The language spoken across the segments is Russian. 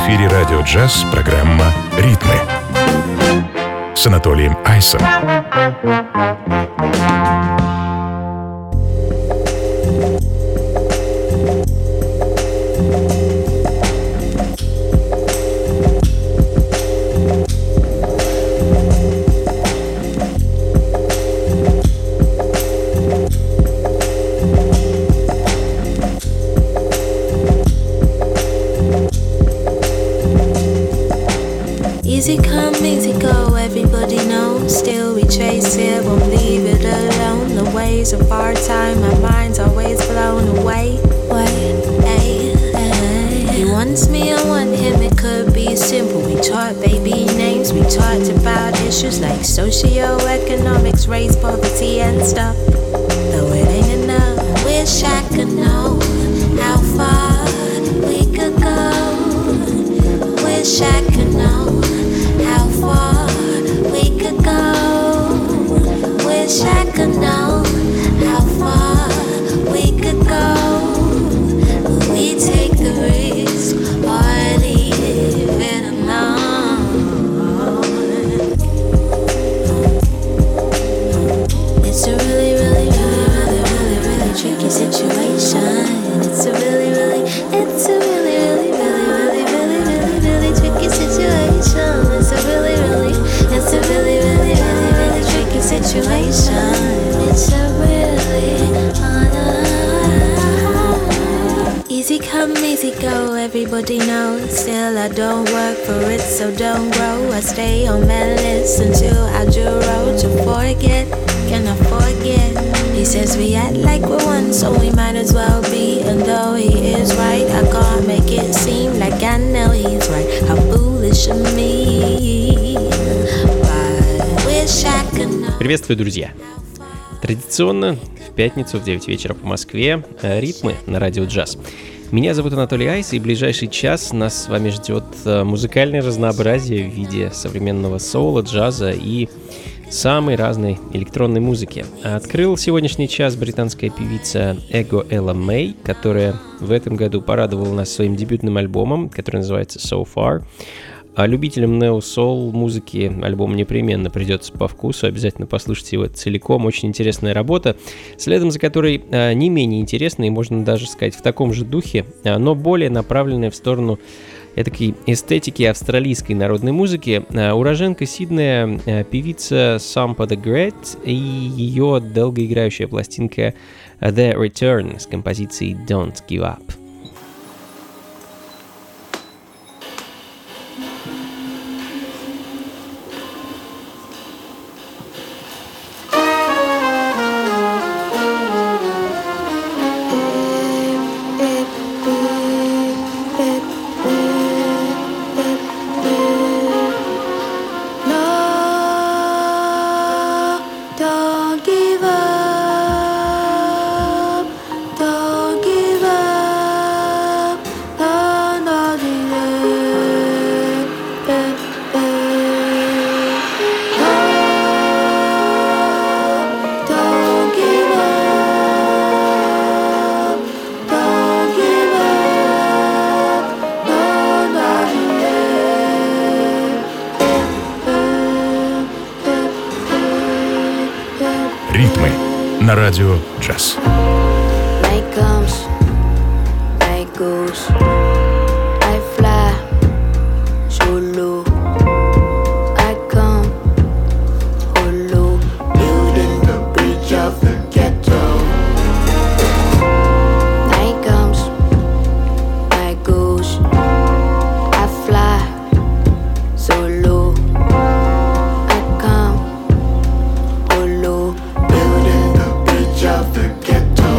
эфире радио «Джаз» программа «Ритмы» с Анатолием Айсом. Easy come, easy go, everybody knows. Still we chase it, won't leave it alone. The waves of our time, our minds always blown away. He wants me, I want him, it could be simple. We taught baby names, we talked about issues like socio-economics, race, poverty and stuff. Though it ain't enough, wish I could know how far we could go. Wish I could know how far we could go. Wish I could know how far we could go. Will we take the risk or leave it alone? It's a really, really, really, really, really, really tricky situation. It's a really, really, it's a really, really, really, really, really, really, really tricky situation. It's a really, really, it's a really, really, really, really tricky situation. It's a really easy come, easy go, everybody knows. Still I don't work for it, so don't grow. I stay on my list until I road to forget. Can I forget? He says we act like we're one, so we might as well be. And though he is right, I can't make it seem like I know he's right. How foolish of me. But wish I could know. Приветствую, друзья! Традиционно в пятницу в 9 вечера по Москве ритмы на радио «Джаз». Меня зовут Анатолий Айс, и в ближайший час нас с вами ждет музыкальное разнообразие в виде современного соула, джаза и самой разной электронной музыки. Открыл сегодняшний час британская певица Эго Элла Мэй, которая в этом году порадовала нас своим дебютным альбомом, который называется «So Far». А любителям нео-соул музыки альбом непременно придется по вкусу, обязательно послушайте его целиком, очень интересная работа, следом за которой не менее интересная и, можно даже сказать, в таком же духе, но более направленная в сторону этакой эстетики австралийской народной музыки, уроженка Сиднея, певица Sampa the Great и ее долгоиграющая пластинка The Return с композицией Don't Give Up. Ритмы на радио «Джаз». Night comes, night goes. I fly solo. I come hollow, building the bridge of the ghetto. Night comes, night goes. I fly solo. I come hollow, building the bridge of the ghetto.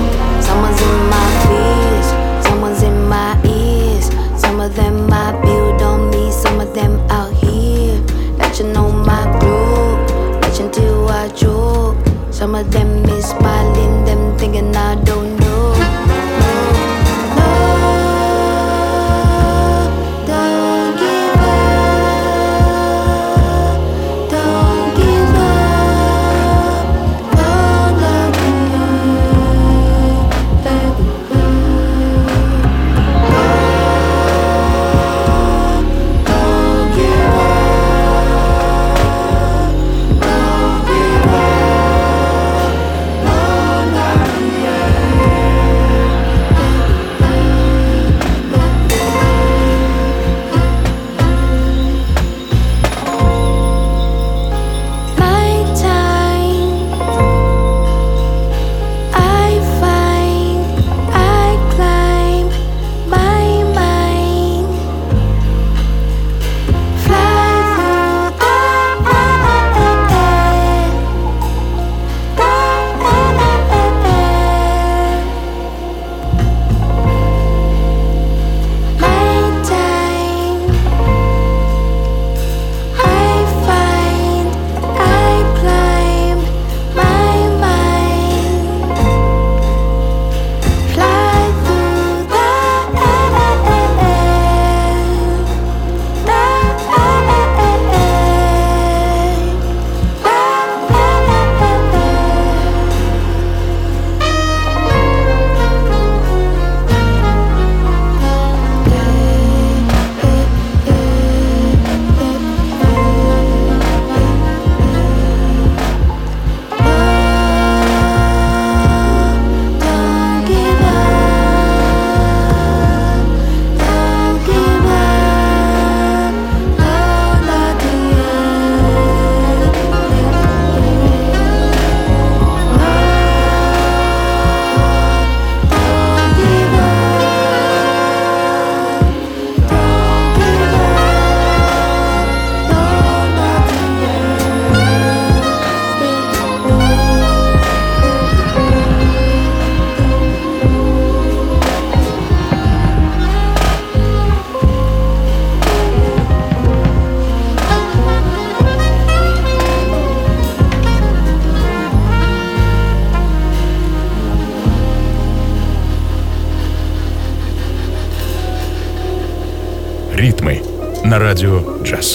«Ритмы» на радио «Джаз».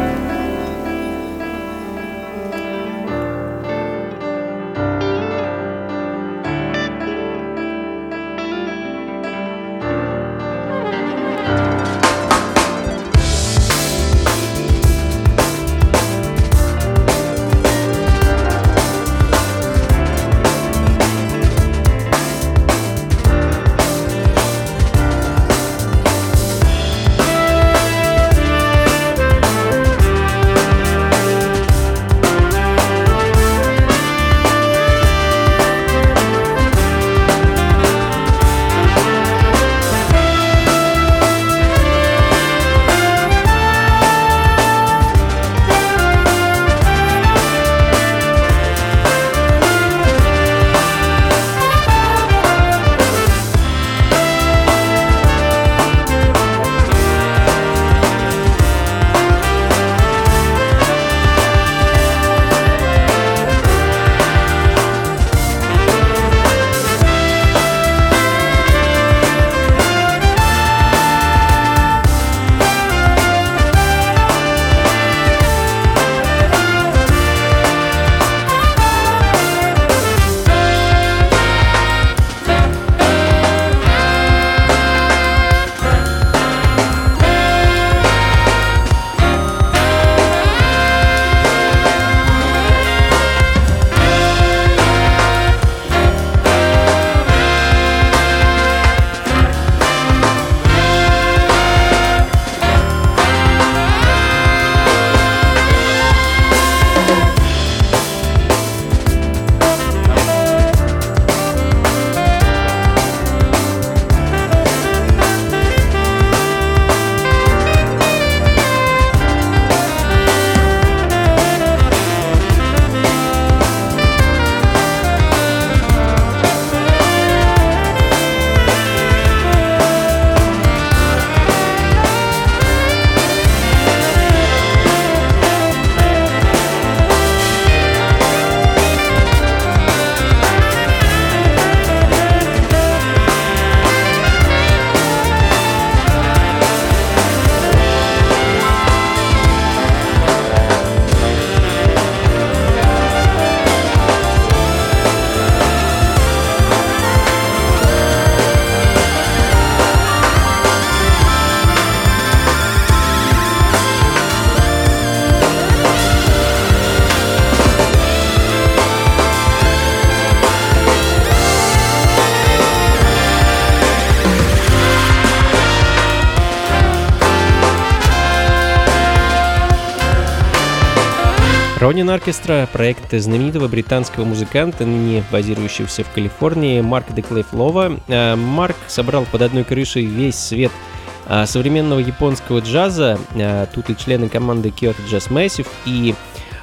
Ронин Оркестра — проект знаменитого британского музыканта, ныне базирующегося в Калифорнии, Марка Деклейф Лова. Марк собрал под одной крышей весь свет современного японского джаза. Тут и члены команды Kyoto Jazz Massive, и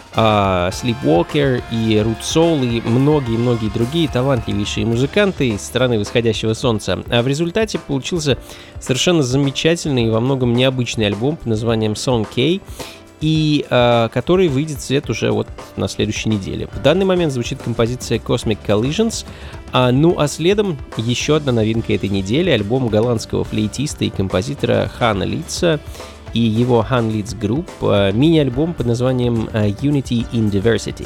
Sleepwalker, и Root Soul, и многие-многие другие талантливейшие музыканты из страны восходящего солнца. А в результате получился совершенно замечательный и во многом необычный альбом под названием Song K, и который выйдет в свет уже вот на следующей неделе. В данный момент звучит композиция Cosmic Collisions, ну а следом еще одна новинка этой недели — альбом голландского флейтиста и композитора Хана Литца и его Han Litz Group, мини-альбом под названием Unity in Diversity.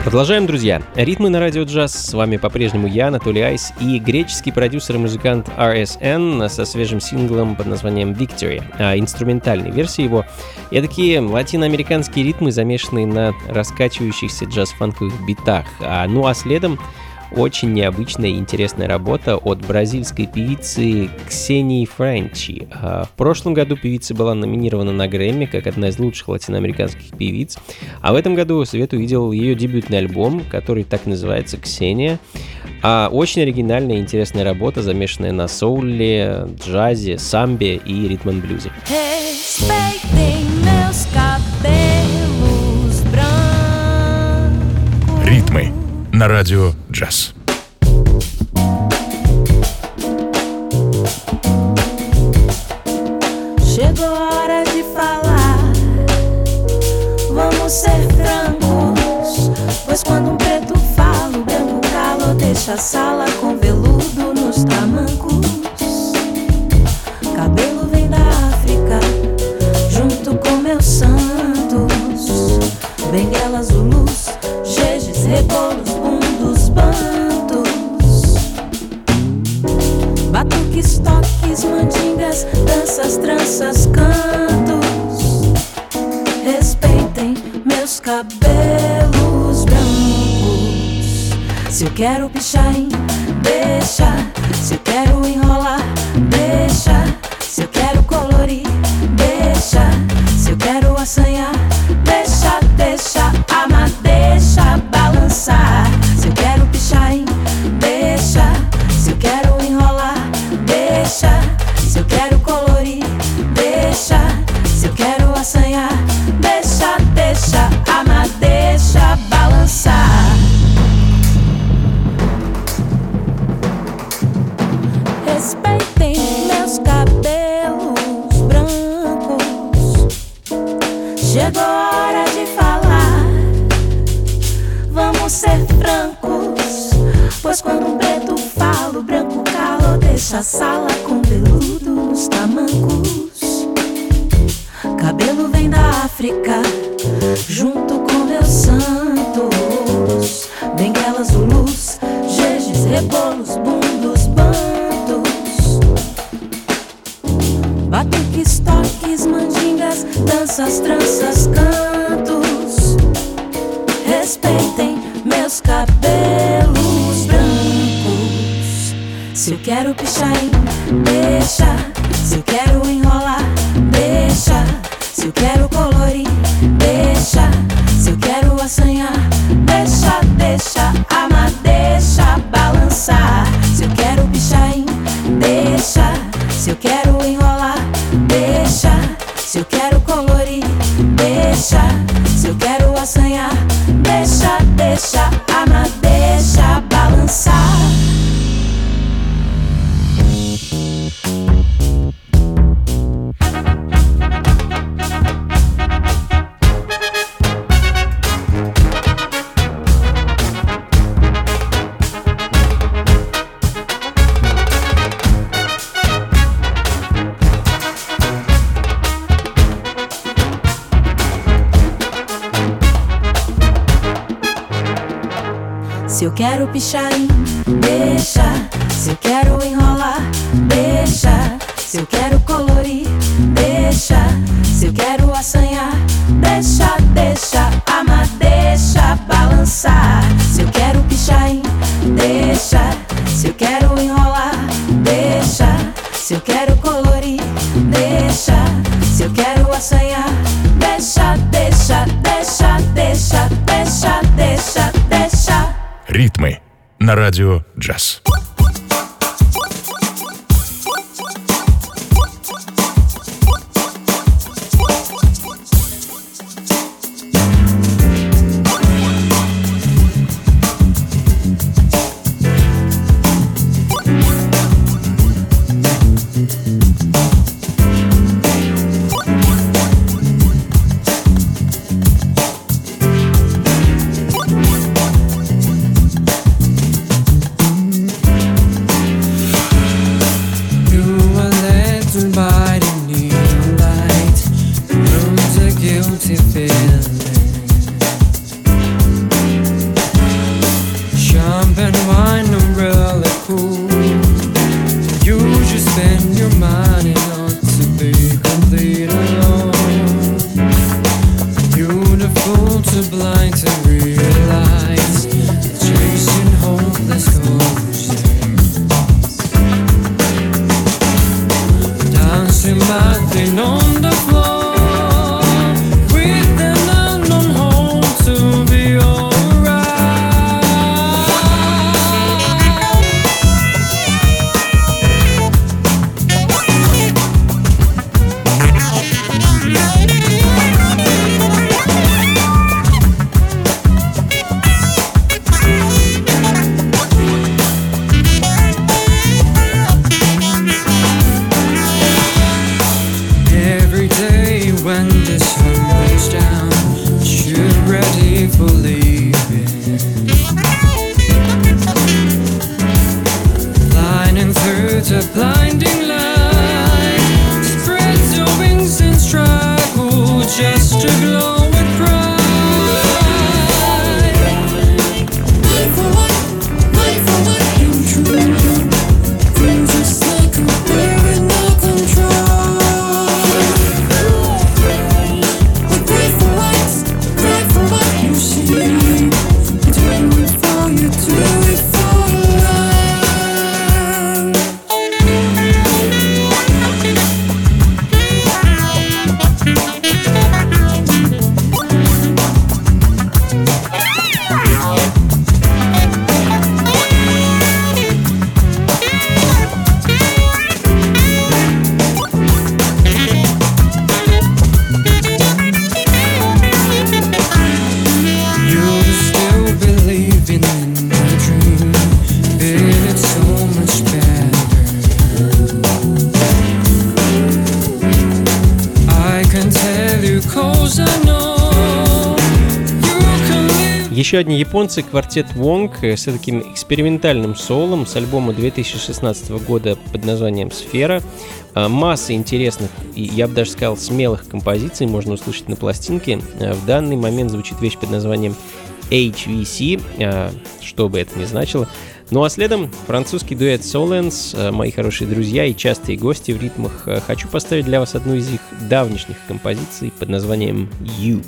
Продолжаем, друзья. Ритмы на радио джаз. С вами по-прежнему я, Анатолий Айс, и греческий продюсер и музыкант RSN со свежим синглом под названием Victory, инструментальной версии его. И такие латиноамериканские ритмы, замешанные на раскачивающихся джаз-фанковых битах. Ну а следом очень необычная и интересная работа от бразильской певицы Ксении Франчи. В прошлом году певица была номинирована на Грэмми как одна из лучших латиноамериканских певиц, а в этом году свет увидел ее дебютный альбом, который так и называется «Ксения». Очень оригинальная и интересная работа, замешанная на соуле, джазе, самбе и ритм-н-блюзе. Ритмы на радио джаз. Chegou a hora de falar. Vamos ser francos, pois quando preto fala, o branco cala ou deixa a sala com veludo nos tamancos. Cabelo vem da África, junto com meus santos. Benguela, zulus, jejes, rebolos, bundos, bantos. Batuques, toques, mandingas, danças, tranças, cantos. Respeitem meus cabelos brancos. Se eu quero pichar, deixa. Se eu quero enrolar, deixa. Se eu quero colorir, deixa. Se eu quero assanhar, deixa, deixa, amar, deixa balançar. Se eu quero pichar, deixa. Se eu quero enrolar, deixa. Se eu quero colorir, deixa. Se eu quero assanhar, deixa, deixa, amar, deixa balançar. Respeitem meus cabelos brancos. Chegou a hora de falar. Vamos ser francos, pois quando um preto fala, o branco cala ou deixa a sala com veludo nos tamancos. Cabelo vem da África, junto com meus santos. Benguelas, zulus, jejes, rebolos, bundos, bantos. Batuques, toques, mandingas, danças, tranças, cantos. Respeitem meus cabelos brancos. Se eu quero pichar, deixa. Se eu quero enrolar, deixa. Se eu quero colorir, deixa. Se eu quero assanhar, deixa, deixa, amar, deixa balançar. Se eu quero pichar, deixa. Se eu quero enrolar, deixa. Se eu quero colorir, deixa. Se eu quero assanhar, deixa, deixa, amar, deixa balançar. Se eu quero pichar, deixa. Se eu quero enrolar, deixa. Se eu quero colorir, deixa. Se eu quero assanhar, deixa, deixa, amar, deixa balançar. Se eu quero pichar, deixa. Se eu quero enrolar, deixa. Se eu quero colorir, deixa. Se eu quero assanhar, deixa, deixa, deixa, deixa, deixa, deixa, deixa. Ритмы на радио джаз. Еще одни японцы, квартет Wong, с таким экспериментальным солом с альбома 2016 года под названием «Сфера». Масса интересных и, я бы даже сказал, смелых композиций можно услышать на пластинке. В данный момент звучит вещь под названием HVC, что бы это ни значило. Ну а следом французский дуэт Solens, мои хорошие друзья и частые гости в ритмах. Хочу поставить для вас одну из их давнишних композиций под названием «You».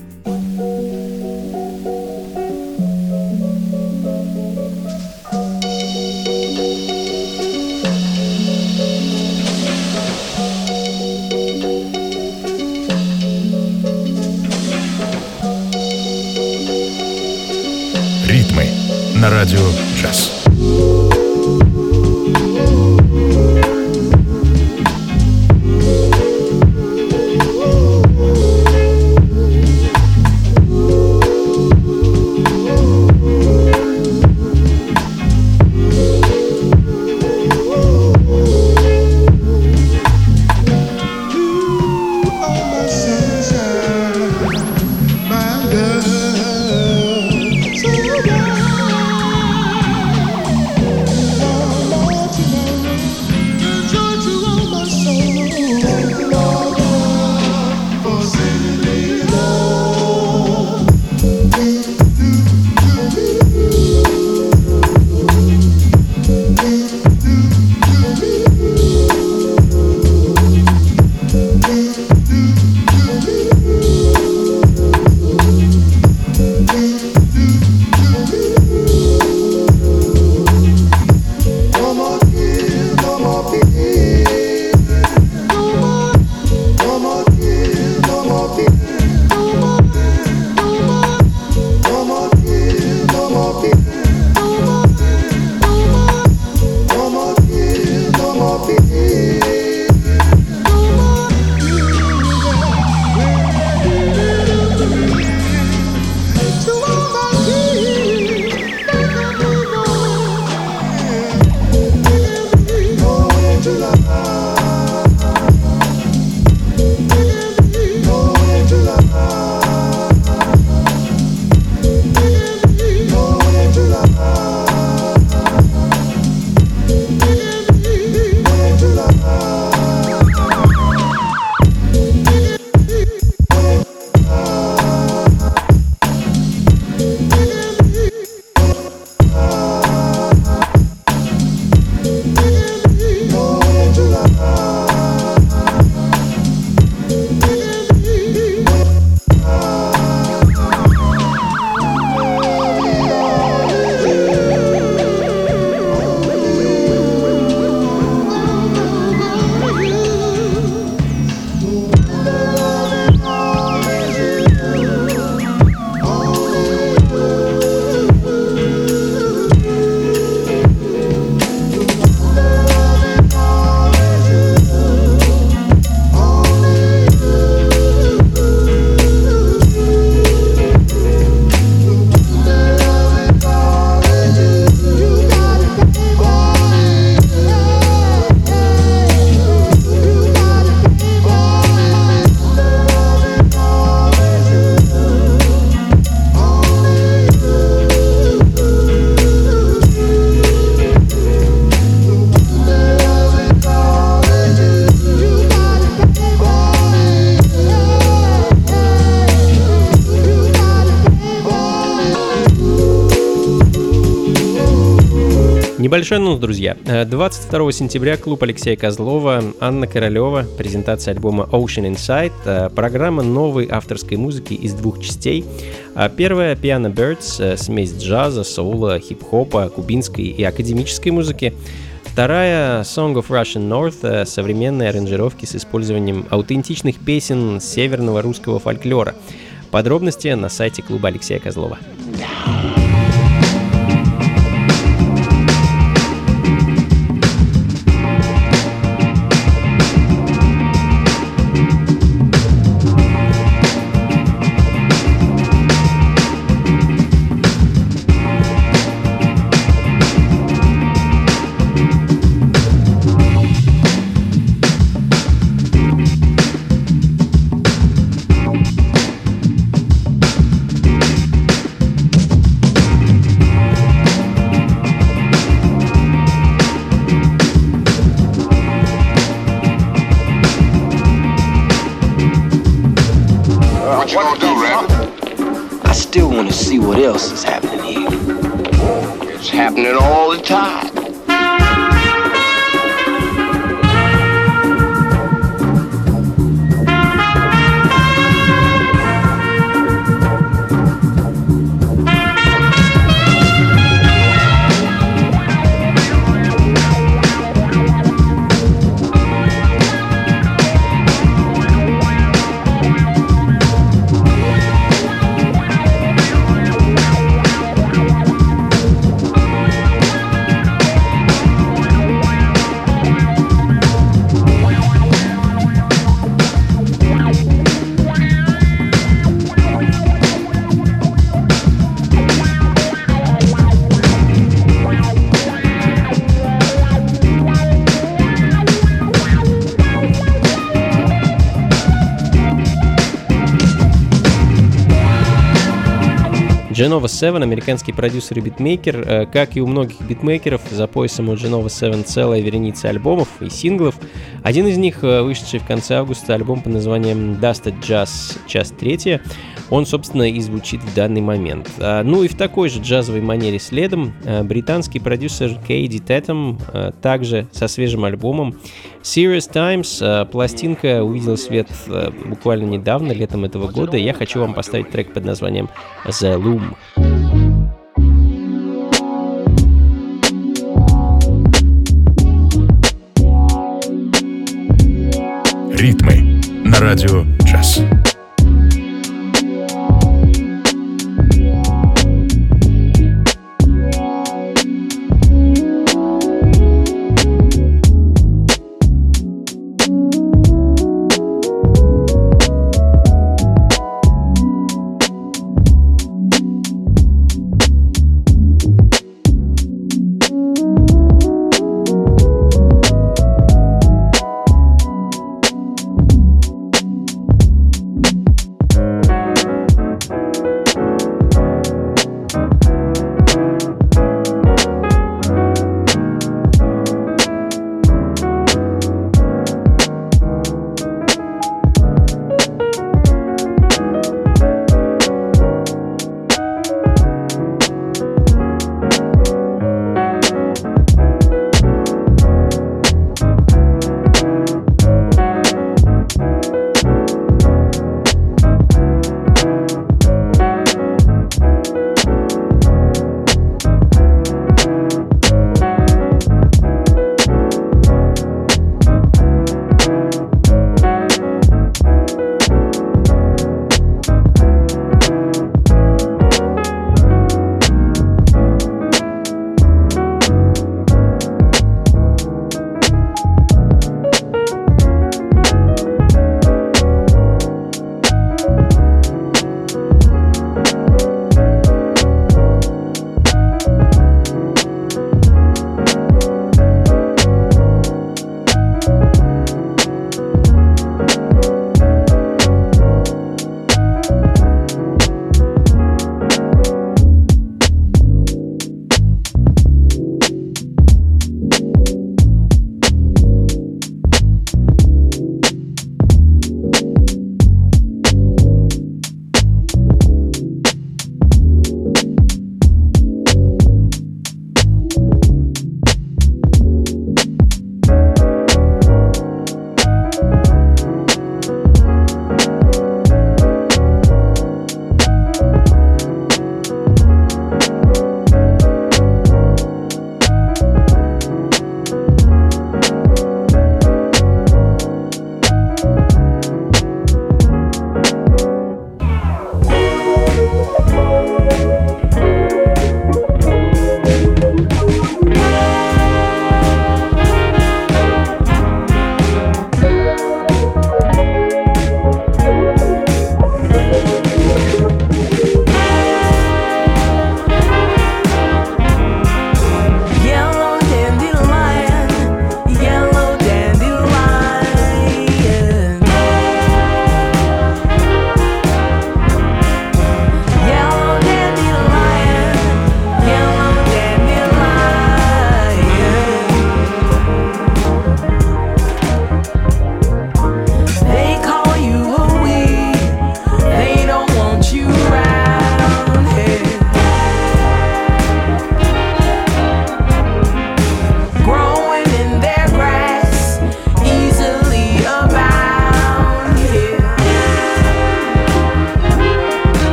Ритмы на радио «Джаз». My love, so Небольшой анонс, друзья. 22 сентября клуб Алексея Козлова, Анна Королева, презентация альбома Ocean Inside, программа новой авторской музыки из 2 частей. Первая — Piano Birds, смесь джаза, соула, хип-хопа, кубинской и академической музыки. Вторая — Song of Russian North, современные аранжировки с использованием аутентичных песен северного русского фольклора. Подробности на сайте клуба Алексея Козлова. See what else is happening here. It's happening all the time. Genova 7, американский продюсер и битмейкер. Как и у многих битмейкеров, за поясом у Genova 7 целая вереница альбомов и синглов. Один из них, вышедший в конце августа, альбом под названием Dusted Jazz, часть 3. Он, собственно, и звучит в данный момент. Ну и в такой же джазовой манере следом британский продюсер Кейди Тэттем, также со свежим альбомом Serious Times. Пластинка увидела свет буквально недавно, летом этого года. Я хочу вам поставить трек под названием The Loom. Ритмы на радио Джаз.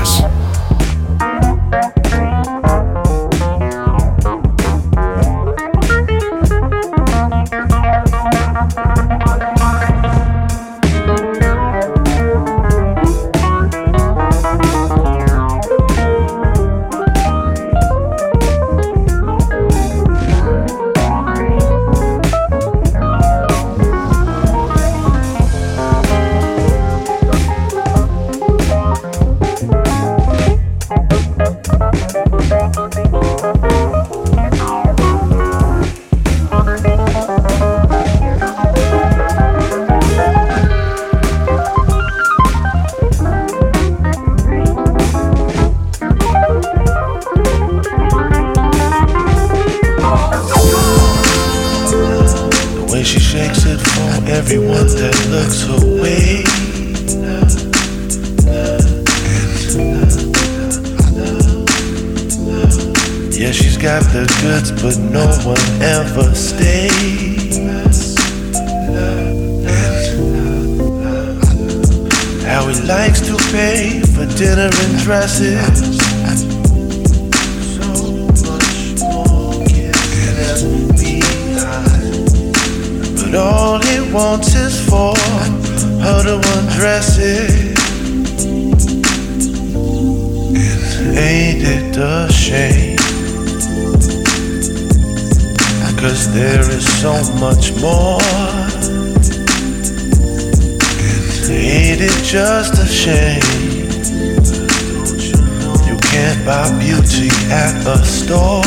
джаз. Everyone that looks away. Yeah, she's got the goods, but no one ever stays. How he likes to pay for dinner and dresses. So much more can be behind. But all he wants is for her to undress it. Ain't it a shame? 'Cause there is so much more. Ain't it just a shame? You can't buy beauty at a store.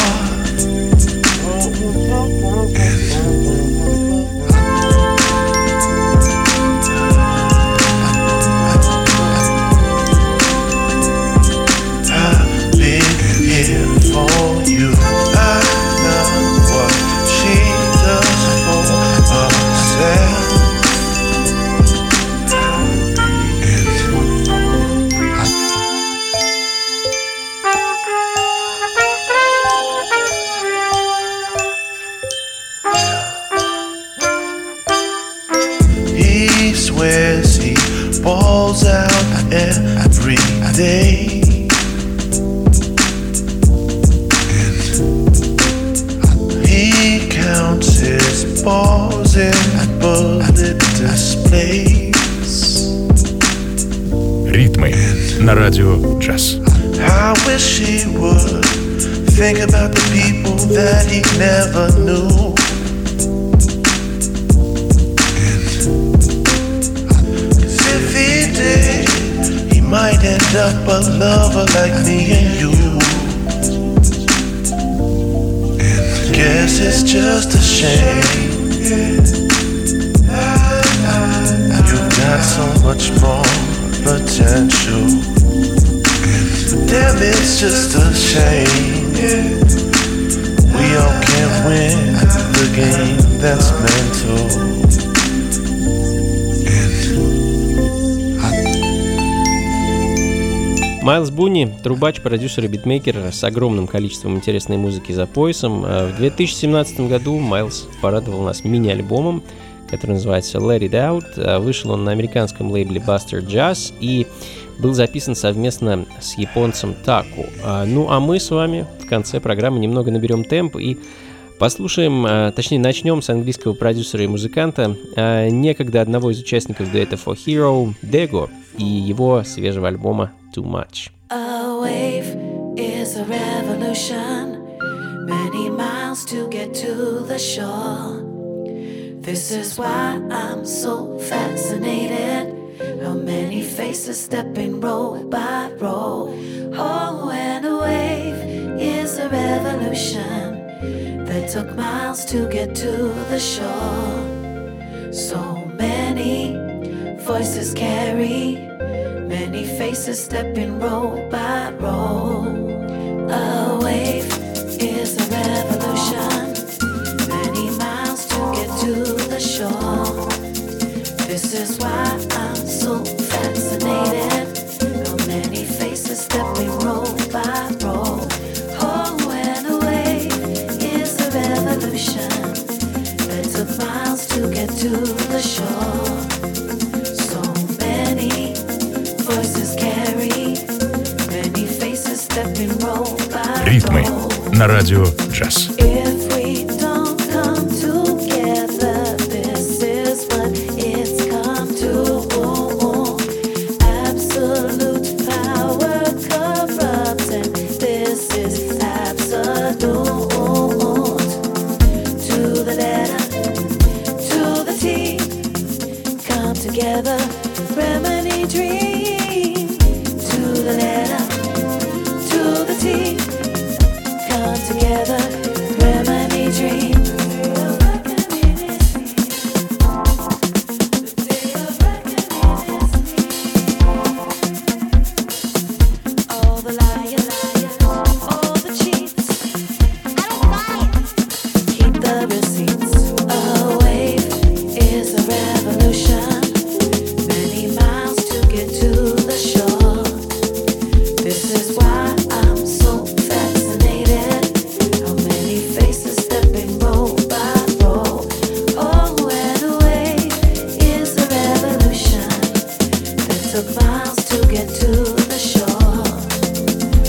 Ритмы на радио джаз. I wish he would think about the people that he never knew. 'Cause if he did, he might end up a lover like me and you. Guess it's just a shame. You've got so much more potential. Damn, it's just a shame. We all can't win the game that's mental. Майлз Буни – трубач, продюсер и битмейкер с огромным количеством интересной музыки за поясом. В 2017 году Майлз порадовал нас мини-альбомом, который называется Let It Out. Вышел он на американском лейбле Buster Jazz и был записан совместно с японцем Таку. Ну а мы с вами в конце программы немного наберем темп и послушаем, точнее начнем с английского продюсера и музыканта, некогда одного из участников дуэта For Hero, Dego, и его свежего альбома Too Much. A wave is a revolution, many miles to get to the shore. This is why I'm so fascinated, how many faces stepping row by row. Oh, and a wave is a revolution that took miles to get to the shore. So many voices carry, many faces stepping row by row. A wave is a revolution, many miles to get to the shore. This is why I'm so fascinated, how many faces stepping row by row. Oh, and a wave is a revolution that took miles to get to the shore. So many voices carry, Ритмы на радио «Джаз». Together, remedy dream to the letter, to the T. Come together, remedy dream. All the liars, all the cheats. I don't buy it. Keep the receipts. A wave is a revolution. Took miles to get to the shore.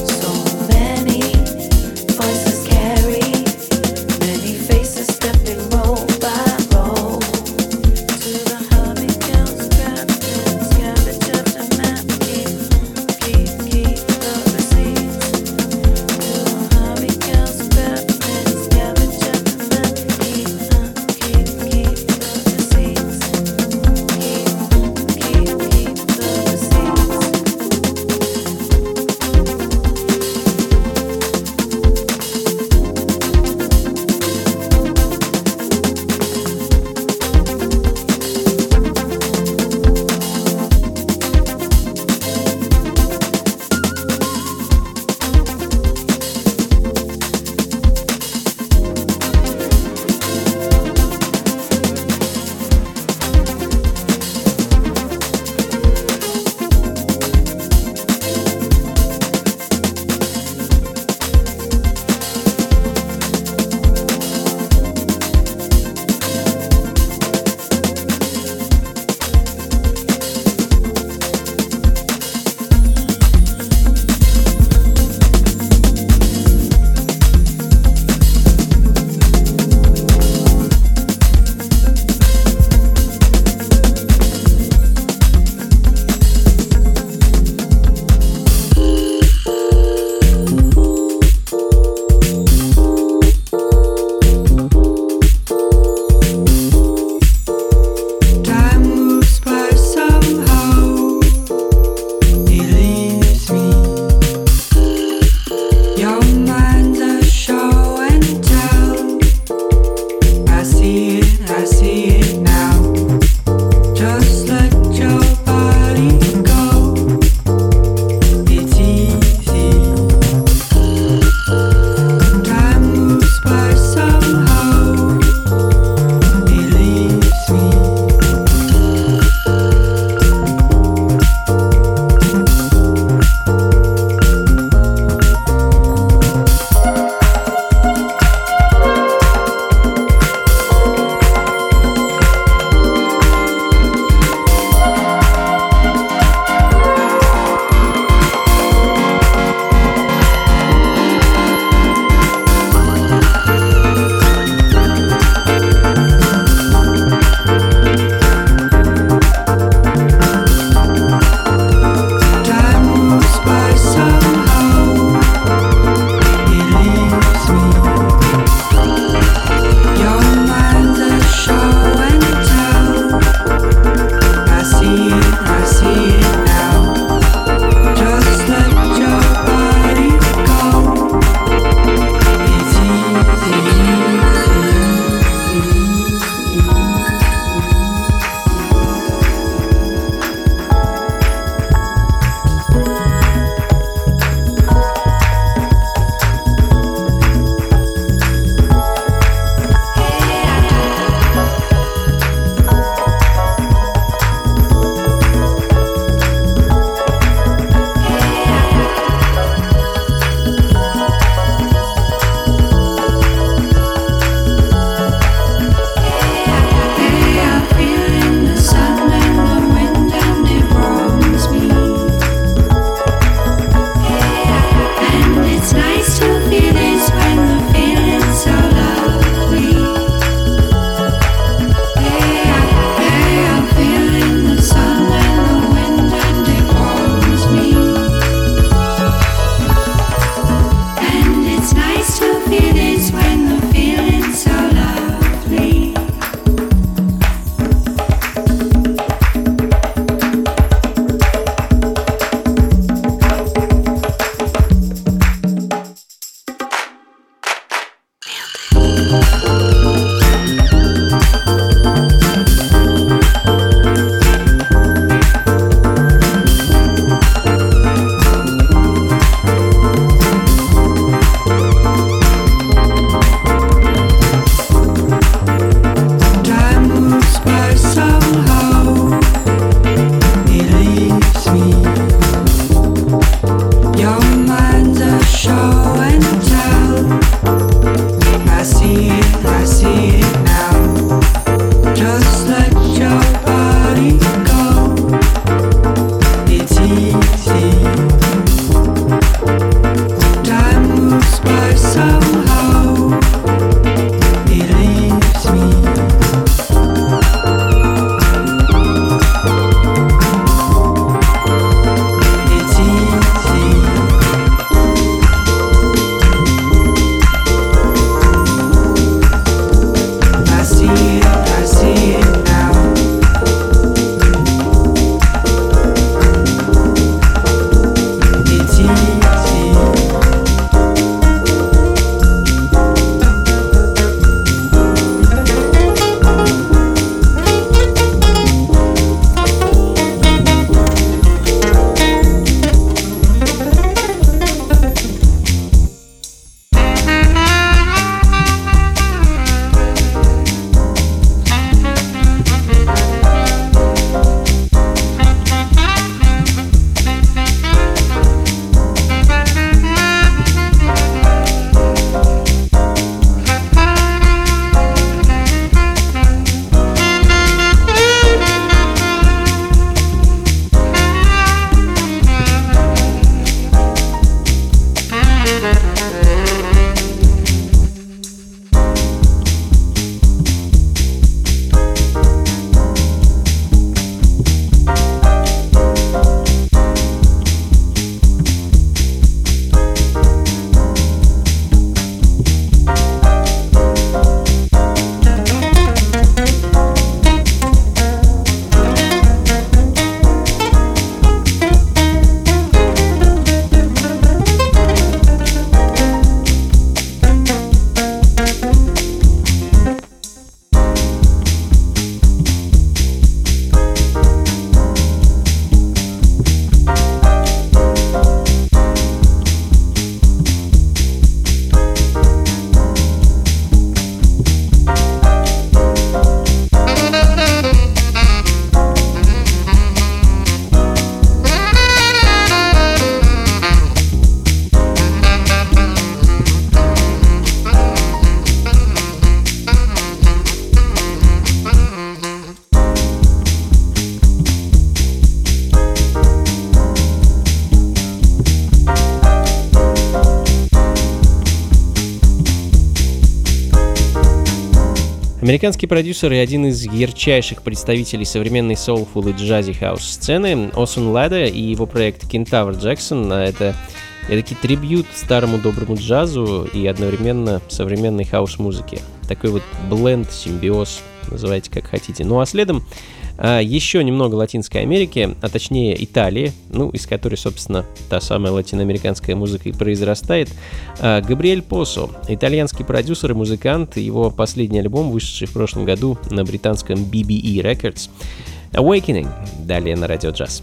Американский продюсер и один из ярчайших представителей современной soulful и джази хаус сцены Осон Лада и его проект Kentavr Jackson — это эдакий трибьют старому доброму джазу и одновременно современной хаус-музыке. Такой вот бленд, симбиоз, называйте как хотите. Ну а следом еще немного Латинской Америки, а точнее Италии, ну, из которой, собственно, та самая латиноамериканская музыка и произрастает. Габриэль Посо, итальянский продюсер и музыкант, его последний альбом, вышедший в прошлом году на британском BBE Records, Awakening, далее на Радио Джаз.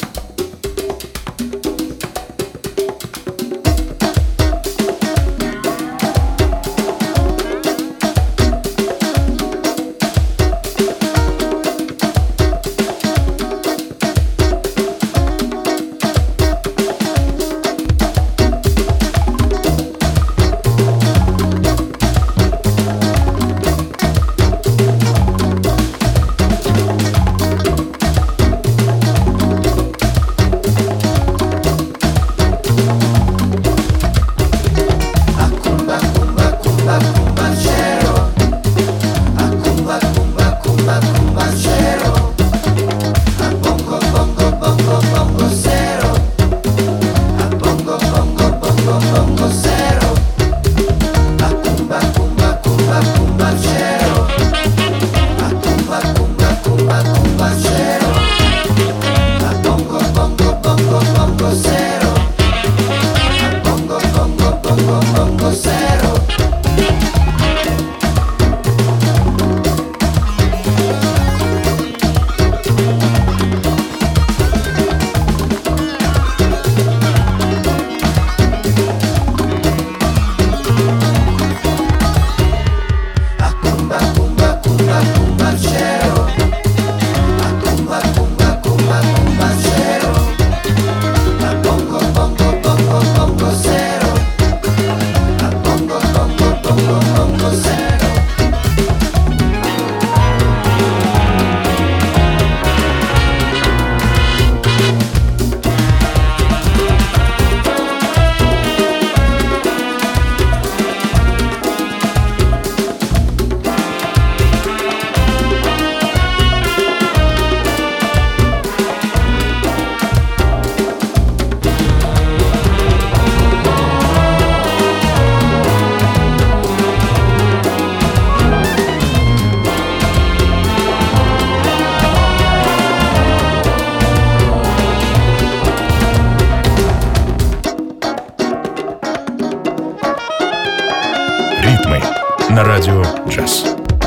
На Радио Джаз.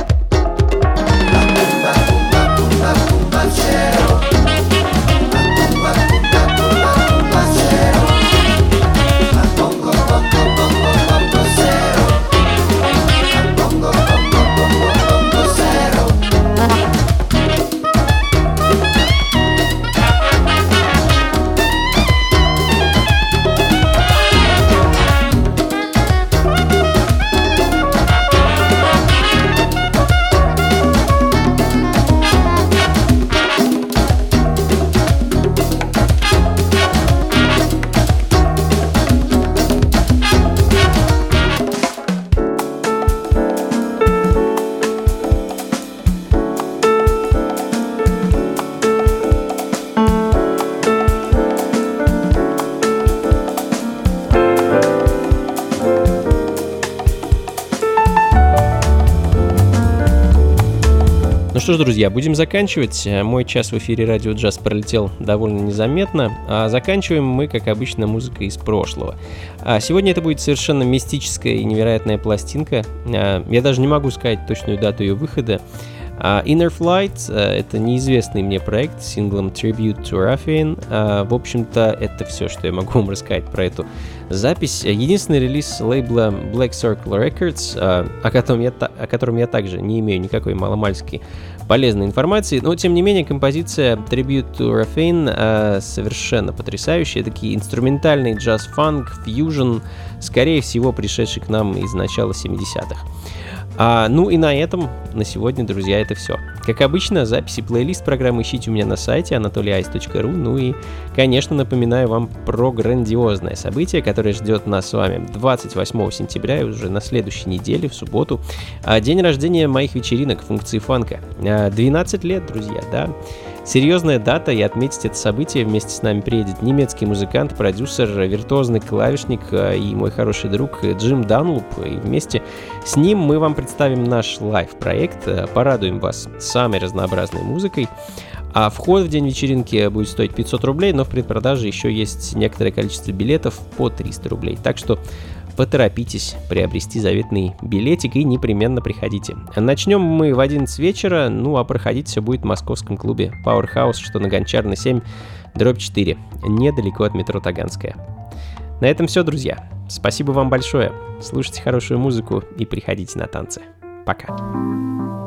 Ну что ж, друзья, будем заканчивать. Мой час в эфире Радио Джаз пролетел довольно незаметно, а заканчиваем мы, как обычно, музыкой из прошлого. Сегодня это будет совершенно мистическая и невероятная пластинка. Я даже не могу сказать точную дату ее выхода. Inner Flight — это неизвестный мне проект с синглом Tribute to Ruffian. В общем-то, это все, что я могу вам рассказать про эту запись. Единственный релиз лейбла Black Circle Records, о котором я также не имею никакой маломальски полезной информации, но, тем не менее, композиция Tribute to Ruffian совершенно потрясающая. Такие инструментальный джаз-фанк, фьюжн, скорее всего, пришедший к нам из начала 70-х. Ну и на этом на сегодня, друзья, это все. Как обычно, записи и плейлист программы ищите у меня на сайте anatolyice.ru. Ну и, конечно, напоминаю вам про грандиозное событие, которое ждет нас с вами 28 сентября, и уже на следующей неделе, в субботу. День рождения моих вечеринок функции фанка. 12 лет, друзья, да. Серьезная дата, и отметить это событие вместе с нами приедет немецкий музыкант, продюсер, виртуозный клавишник и мой хороший друг Джим Данлоп. И вместе с ним мы вам представим наш лайв-проект, порадуем вас самой разнообразной музыкой. А вход в день вечеринки будет стоить 500 рублей, но в предпродаже еще есть некоторое количество билетов по 300 рублей. Так что поторопитесь приобрести заветный билетик и непременно приходите. Начнем мы в 11 вечера, а проходить все будет в московском клубе Powerhouse, что на Гончарной 7/4, недалеко от метро Таганская. На этом все, друзья. Спасибо вам большое. Слушайте хорошую музыку и приходите на танцы. Пока.